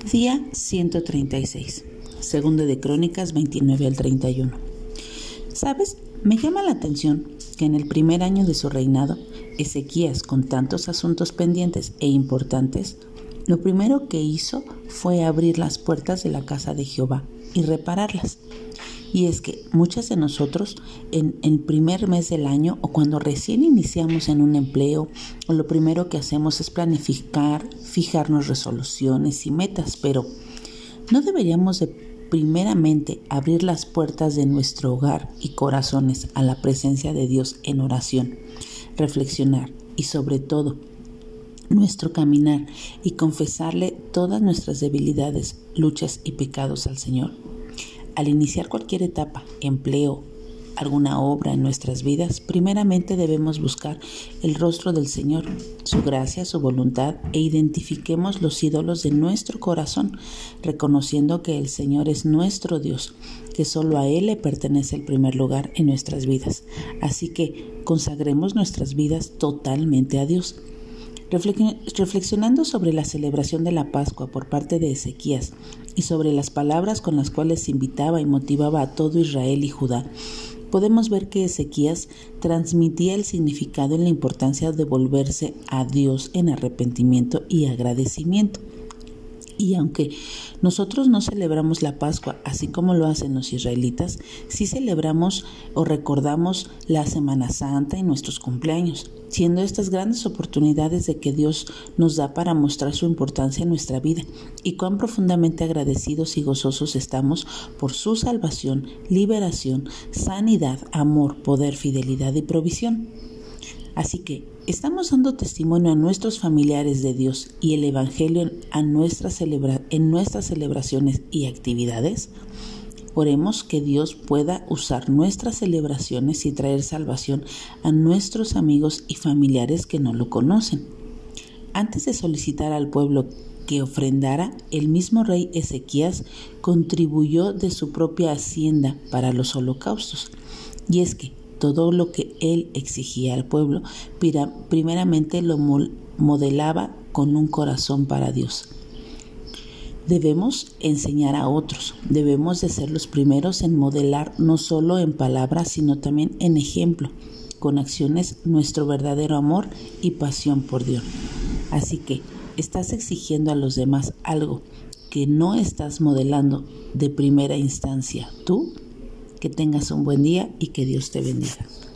Día 136, segundo de Crónicas 29 al 31. ¿Sabes? Me llama la atención que en el primer año de su reinado, Ezequías, con tantos asuntos pendientes e importantes, lo primero que hizo fue abrir las puertas de la casa de Jehová y repararlas. Y es que muchas de nosotros en el primer mes del año o cuando recién iniciamos en un empleo, lo primero que hacemos es planificar, fijarnos resoluciones y metas, pero ¿no deberíamos de primeramente abrir las puertas de nuestro hogar y corazones a la presencia de Dios en oración, reflexionar y sobre todo nuestro caminar y confesarle todas nuestras debilidades, luchas y pecados al Señor? Al iniciar cualquier etapa, empleo, alguna obra en nuestras vidas, primeramente debemos buscar el rostro del Señor, su gracia, su voluntad e identifiquemos los ídolos de nuestro corazón, reconociendo que el Señor es nuestro Dios, que solo a Él le pertenece el primer lugar en nuestras vidas. Así que consagremos nuestras vidas totalmente a Dios. Reflexionando sobre la celebración de la Pascua por parte de Ezequías y sobre las palabras con las cuales invitaba y motivaba a todo Israel y Judá, podemos ver que Ezequías transmitía el significado y la importancia de volverse a Dios en arrepentimiento y agradecimiento. Y aunque nosotros no celebramos la Pascua así como lo hacen los israelitas, sí celebramos o recordamos la Semana Santa y nuestros cumpleaños, siendo estas grandes oportunidades de que Dios nos da para mostrar su importancia en nuestra vida y cuán profundamente agradecidos y gozosos estamos por su salvación, liberación, sanidad, amor, poder, fidelidad y provisión. Así que, ¿estamos dando testimonio a nuestros familiares de Dios y el Evangelio en nuestras celebraciones y actividades? Oremos que Dios pueda usar nuestras celebraciones y traer salvación a nuestros amigos y familiares que no lo conocen. Antes de solicitar al pueblo que ofrendara, el mismo rey Ezequías contribuyó de su propia hacienda para los holocaustos. Y es que todo lo que él exigía al pueblo, primeramente lo modelaba con un corazón para Dios. Debemos enseñar a otros, debemos de ser los primeros en modelar no solo en palabras, sino también en ejemplo, con acciones, nuestro verdadero amor y pasión por Dios. Así que, ¿estás exigiendo a los demás algo que no estás modelando de primera instancia tú? Que tengas un buen día y que Dios te bendiga.